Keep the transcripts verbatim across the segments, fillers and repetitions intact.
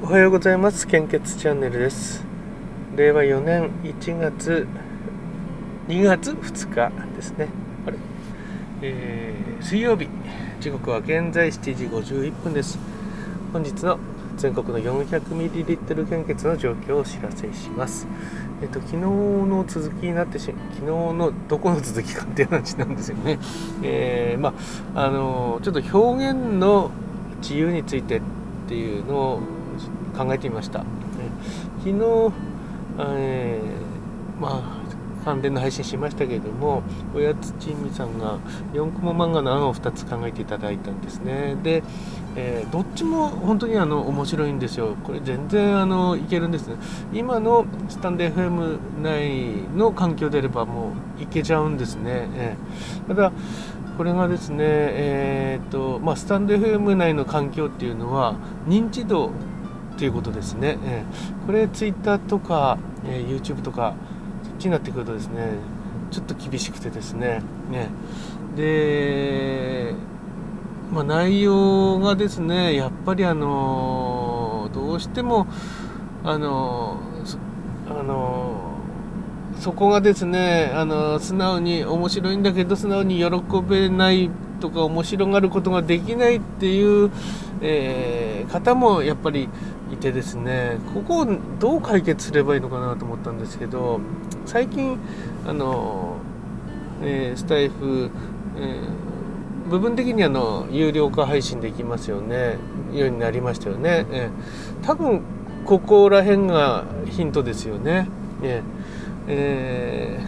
おはようございます。献血チャンネルです。れいわよねんいちがつにがつふつかですね。あれ、えー、水曜日、時刻は現在しちじごじゅういっぷんです。本日の全国の よんひゃくミリリットル 献血の状況をお知らせします。えっと昨日の続きになってし昨日のどこの続きかっていう話なんですよね。えー、まああのちょっと表現の自由についてっていうのを考えてみました。昨日、えー、まあ関連の配信しましたけれども、おやつちみさんがよんコマ漫画の案をふたつ考えていただいたんですね。で、えー、どっちも本当にあの面白いんですよ。これ全然あのいけるんですね。今のスタンド エフエム 内の環境であればもういけちゃうんですね。えー、ただこれがですね、えーとまあ、スタンド エフエム 内の環境っていうのは認知度ということですね。えー、これ Twitter とか、えー、YouTube とかそっちになってくるとですね、ちょっと厳しくてですね、ねで、まあ、内容がですね、やっぱりあのどうしてもあのあのそこがですね、あの素直に面白いんだけど素直に喜べないとか面白がることができないっていう、えー、方もやっぱりいてですね、ここをどう解決すればいいのかなと思ったんですけど、最近あの、えー、スタイフ、えー、部分的にあの有料化配信できますよね、ようになりましたよね。えー、多分ここら辺がヒントですよね。えーえ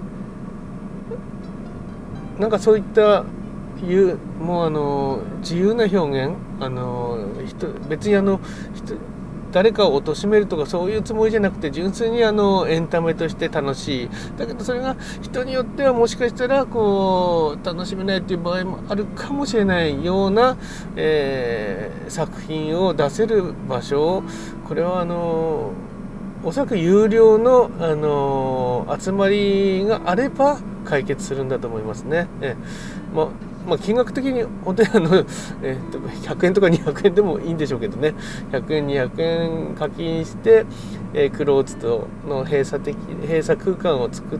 ー、なんかそういったいうもうあの自由な表現、あの人別にあの人誰かを貶めるとかそういうつもりじゃなくて、純粋にあのエンタメとして楽しい。だけどそれが人によってはもしかしたらこう楽しめないっていう場合もあるかもしれないような、えー、作品を出せる場所、これはあのおそらく有料の、あのー、集まりがあれば解決するんだと思いますね。えまあまあ、金額的に本当にあの、えー、とひゃくえんとかにひゃくえんでもいいんでしょうけどね、ひゃくえんにひゃくえん課金して、えー、クローズドの閉鎖的閉鎖空間を作って、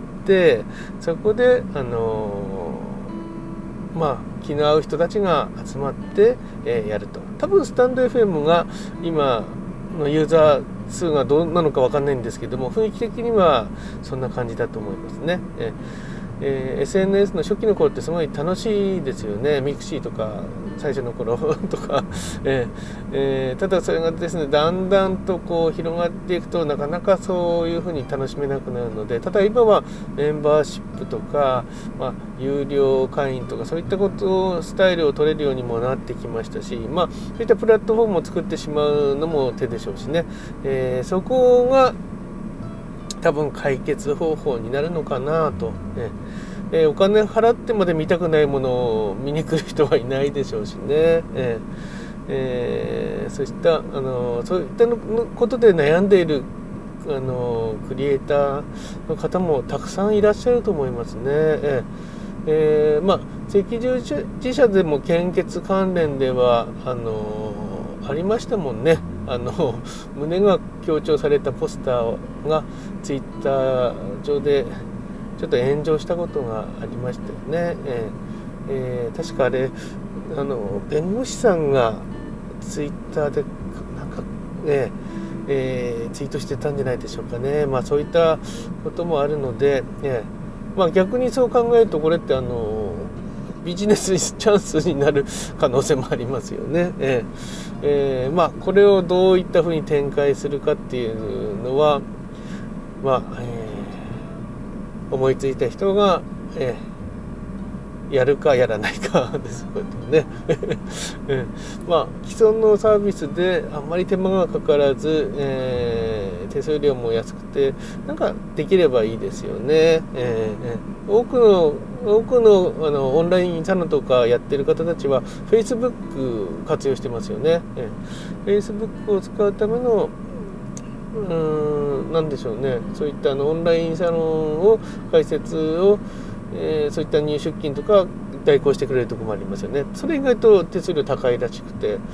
そこで、あのー、まあ気の合う人たちが集まって、えー、やると。多分スタンド エフエム が今のユーザー数がどうなのか分かんないんですけども、雰囲気的にはそんな感じだと思いますね。ええー、エスエヌエス の初期の頃ってすごい楽しいですよね。ミクシーとか最初の頃とか、えーえー、ただそれがですね、だんだんとこう広がっていくとなかなかそういうふうに楽しめなくなるので、ただ今はメンバーシップとか、まあ、有料会員とかそういったことをスタイルを取れるようにもなってきましたし、まあ、そういったプラットフォームを作ってしまうのも手でしょうしね、えー、そこが多分解決方法になるのかなと、ねえー、お金払ってまで見たくないものを見に来る人はいないでしょうしね、えーえー、そういったあのそういったのことで悩んでいるあのクリエイターの方もたくさんいらっしゃると思いますね。えーえー、まあ赤十字社でも献血関連ではあのありましたもんね。あの胸が強調されたポスターがツイッター上でちょっと炎上したことがありましたよね。えーえー、確かあれあの弁護士さんがツイッターでなんかね、えー、ツイートしてたんじゃないでしょうかね。まあそういったこともあるので、ね、まあ逆にそう考えるとこれってあのビジネスチャンスになる可能性もありますよね。えーえー、まあこれをどういったふうに展開するかっていうのは、まあえー、思いついた人が、えー、やるかやらないかですよね。えー、まあ既存のサービスであんまり手間がかからず、えー、手数料も安くてなんかできればいいですよね。えー、多くの多くの、あのオンラインサロンとかやってる方たちは Facebook 活用してますよね。えー、Facebook を使うためのうーん、なんでしょうね、そういったあのオンラインサロンを開設を、えー、そういった入出金とか代行してくれるところもありますよね。それ意外と手数料高いらしくて、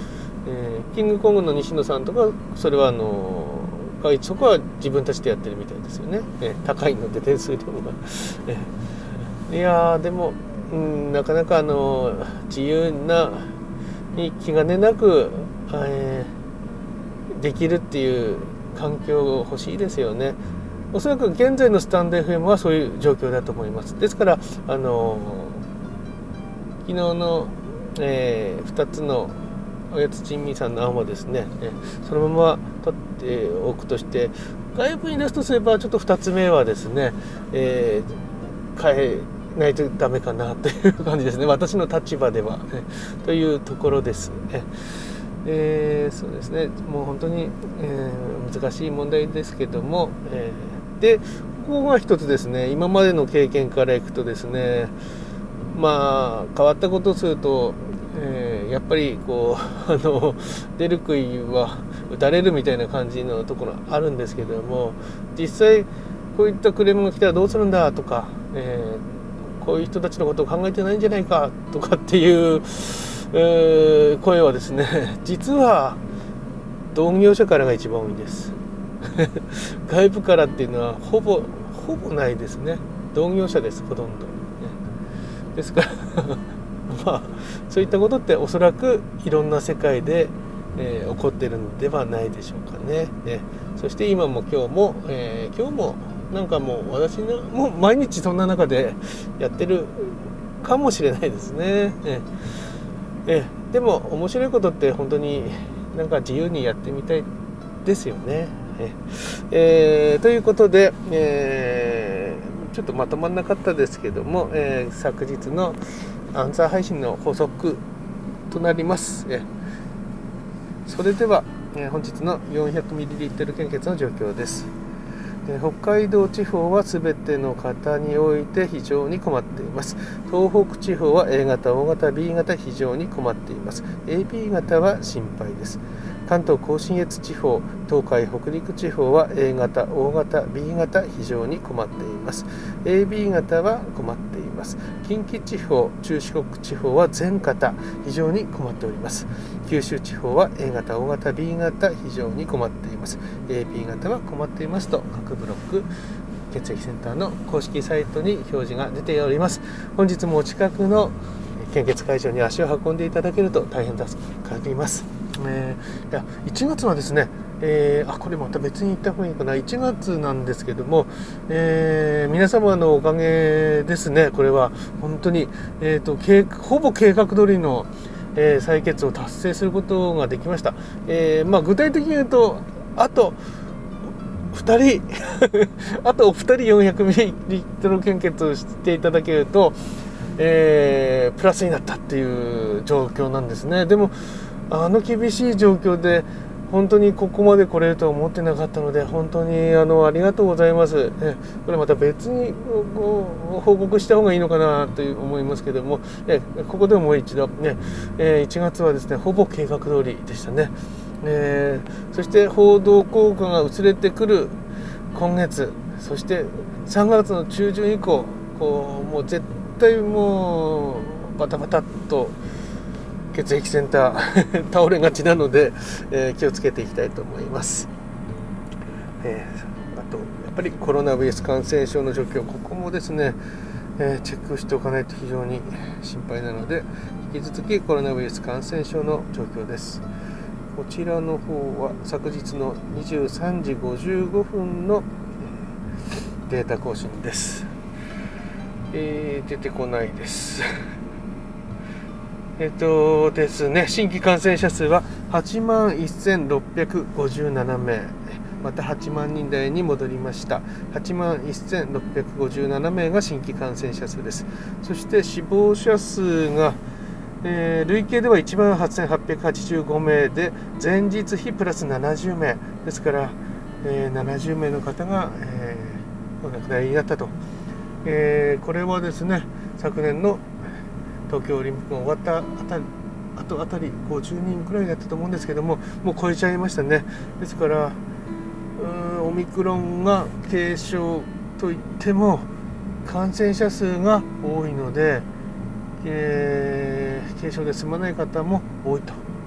えー、キングコングの西野さんとかそれはあの外一そこは自分たちでやってるみたいですよね、えー、高いので点数料が、えー、いやーでも、うん、なかなかあの自由なに気兼ねなく、えー、できるっていう環境欲しいですよね。おそらく現在のスタンド エフエム はそういう状況だと思います。ですからあの昨日の、えー、ふたつのおやつ珍味さんの案はですね、えそのまま取っておくとして、外部に出すとすればちょっとふたつめはですね、えー、変えないとダメかなという感じですね、私の立場では、えというところです。ええー、そうですね、もう本当に、えー、難しい問題ですけども、えー、でここが一つですね、今までの経験からいくとですね、まあ変わったことをすると、えー、やっぱりこうあの出る杭は打たれるみたいな感じのところあるんですけども、実際こういったクレームが来たらどうするんだとか、えー、こういう人たちのことを考えてないんじゃないかとかっていう、えー、声はですね、実は同業者からが一番多いんです外部からっていうのはほぼほぼないですね。同業者です、ほとんど。ですからまあそういったことっておそらくいろんな世界で、えー、起こってるのではないでしょうかね。えそして今も今日も、えー、今日もなんかもう私のもう毎日そんな中でやってるかもしれないですね。ええでも面白いことって本当になんか自由にやってみたいですよね。ええー、ということで、えー、ちょっとまとまらなかったですけども、えー、昨日のアンサー配信の補足となります。えそれでは、えー、本日の よんひゃくミリリットル 献血の状況です。北海道地方はすべての方において非常に困っています。東北地方は エー 型、O 型、ビー 型非常に困っています。エービー 型は心配です。関東甲信越地方、東海北陸地方は エー 型、O 型、ビー 型非常に困っています。エービー 型は困っています。近畿地方、中四国地方は全型非常に困っております。九州地方は エー 型、O 型、ビー 型非常に困っています。エービー 型は困っていますと各ブロック血液センターの公式サイトに表示が出ております。本日もお近くの献血会場に足を運んでいただけると大変助かります。えー、いやいちがつはですね、えー、あこれまた別に言った方がいいかな、いちがつなんですけども、えー、皆様のおかげですね。これは本当に、えーと、計ほぼ計画通りの、えー、採血を達成することができました。えーまあ、具体的に言うとあとふたりあとお二人 よんひゃくミリリットル 献血をしていただけると、えー、プラスになったっていう状況なんですね。でもあの厳しい状況で本当にここまで来れるとは思ってなかったので、本当にあのありがとうございます。えこれまた別に報告した方がいいのかなと思いますけども、えここでもう一度、ねえー、いちがつはですねほぼ計画通りでしたね。えー、そして報道効果が薄れてくる今月、そしてさんがつの中旬以降、こうもう絶対もうバタバタっと血液センター倒れがちなので、えー、気をつけていきたいと思います。えー、あとやっぱりコロナウイルス感染症の状況、ここもですね、えー、チェックしておかないと非常に心配なので、引き続きコロナウイルス感染症の状況です。こちらの方は昨日のにじゅうさんじごじゅうごふんのデータ更新です。えー、出てこないですえっとですね、新規感染者数ははちまんせんろっぴゃくごじゅうななめい、またはちまんにん台に戻りました。はちまんせんろっぴゃくごじゅうななめいが新規感染者数です。そして死亡者数がえー、累計ではいちまんはっせんはっぴゃくはちじゅうごめいで、前日比プラスななじゅうめいですから、えー、ななじゅうめいの方が、えー、お亡くなりになったと、えー、これはですね昨年の東京オリンピックが終わったあたりあとあたりごじゅうにんくらいだったと思うんですけども、もう超えちゃいましたね。ですからうーんオミクロンが軽症といっても感染者数が多いので、えー、軽症で済まない方も多いと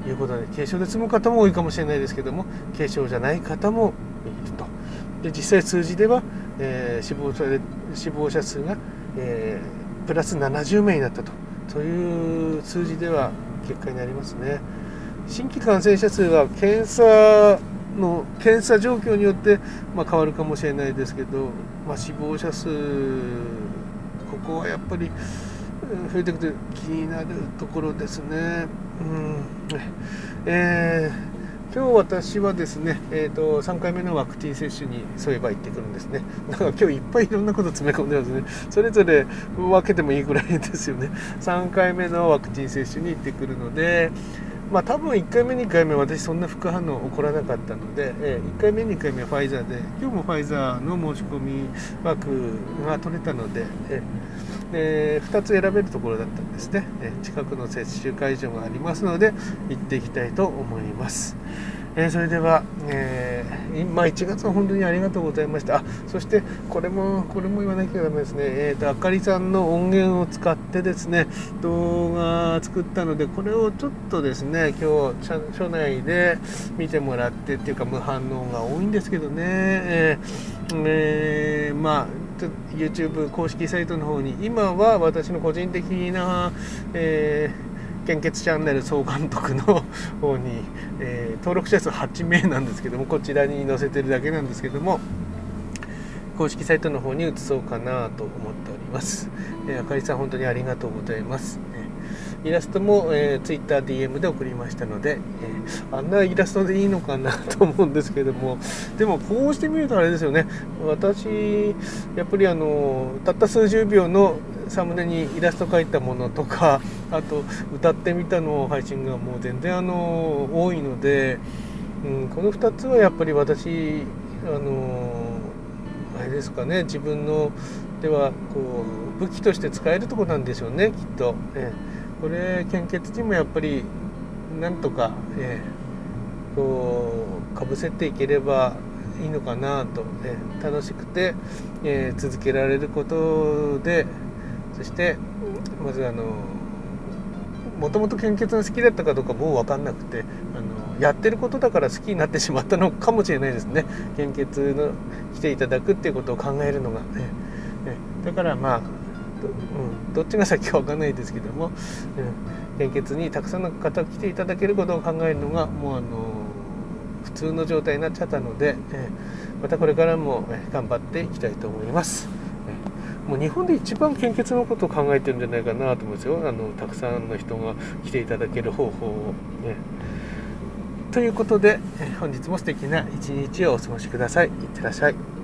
いうことで、軽症で済む方も多いかもしれないですけども、軽症じゃない方もいると。で実際数字では、えー、死亡者で死亡者数が、えー、プラスななじゅうめいになったと、そういう数字では結果になりますね。新規感染者数は検査の検査状況によって、まあ、変わるかもしれないですけど、まあ、死亡者数、ここはやっぱり増えていくと気になるところですね。うんえー今日私はですね、えーと、さんかいめのワクチン接種にそういえば行ってくるんですね。なんか今日いっぱいいろんなこと詰め込んでますね。それぞれ分けてもいいぐらいですよね。さんかいめのワクチン接種に行ってくるので、まあ多分いっかいめにかいめ私そんな副反応起こらなかったので、えー、いっかいめにかいめはファイザーで、今日もファイザーの申し込み枠が取れたので、えーでふたつ選べるところだったんですね。えー、近くの接種会場がありますので行っていきたいと思います。えー、それでは、えーまあ、いちがつは本当にありがとうございました。あ、そしてこれもこれも言わなきゃダメですね。えーと、あかりさんの音源を使ってですね、動画作ったので、これをちょっとですね、今日署内で見てもらってっていうか、無反応が多いんですけどね、えーえー、まあYouTube 公式サイトの方に、今は私の個人的な、えー献血チャンネル総監督の方に、えー、登録者数はちめいなんですけども、こちらに載せてるだけなんですけども、公式サイトの方に移そうかなと思っております。えー、あかりさん本当にありがとうございます。イラストも、えー、Twitter ディーエム で送りましたので、えー、あんなイラストでいいのかなと思うんですけども、でもこうしてみるとあれですよね。私やっぱりあのたった数十秒のサムネにイラスト描いたものとか、あと歌ってみたの配信がもう全然あの多いので、うん、このふたつはやっぱり私あのあれですかね、自分のではこう武器として使えるところなんでしょうね、きっと。えーこれ献血にもやっぱりなんとか、えー、こうかぶせていければいいのかなと、えー、楽しくて、えー、続けられることで、そしてまずあのもともと献血が好きだったかどうかもう分かんなくて、あのやってることだから好きになってしまったのかもしれないですね。献血の来ていただくっていうことを考えるのが、えー、だからまあうん、どっちが先か分かんないですけども、うん、献血にたくさんの方来ていただけることを考えるのがもうあの普通の状態になっちゃったので、えー、またこれからも頑張っていきたいと思います。えー、もう日本で一番献血のことを考えてるんじゃないかなと思うんですよ。あのたくさんの人が来ていただける方法を、ね、ということで、えー、本日も素敵な一日をお過ごしください。いってらっしゃい。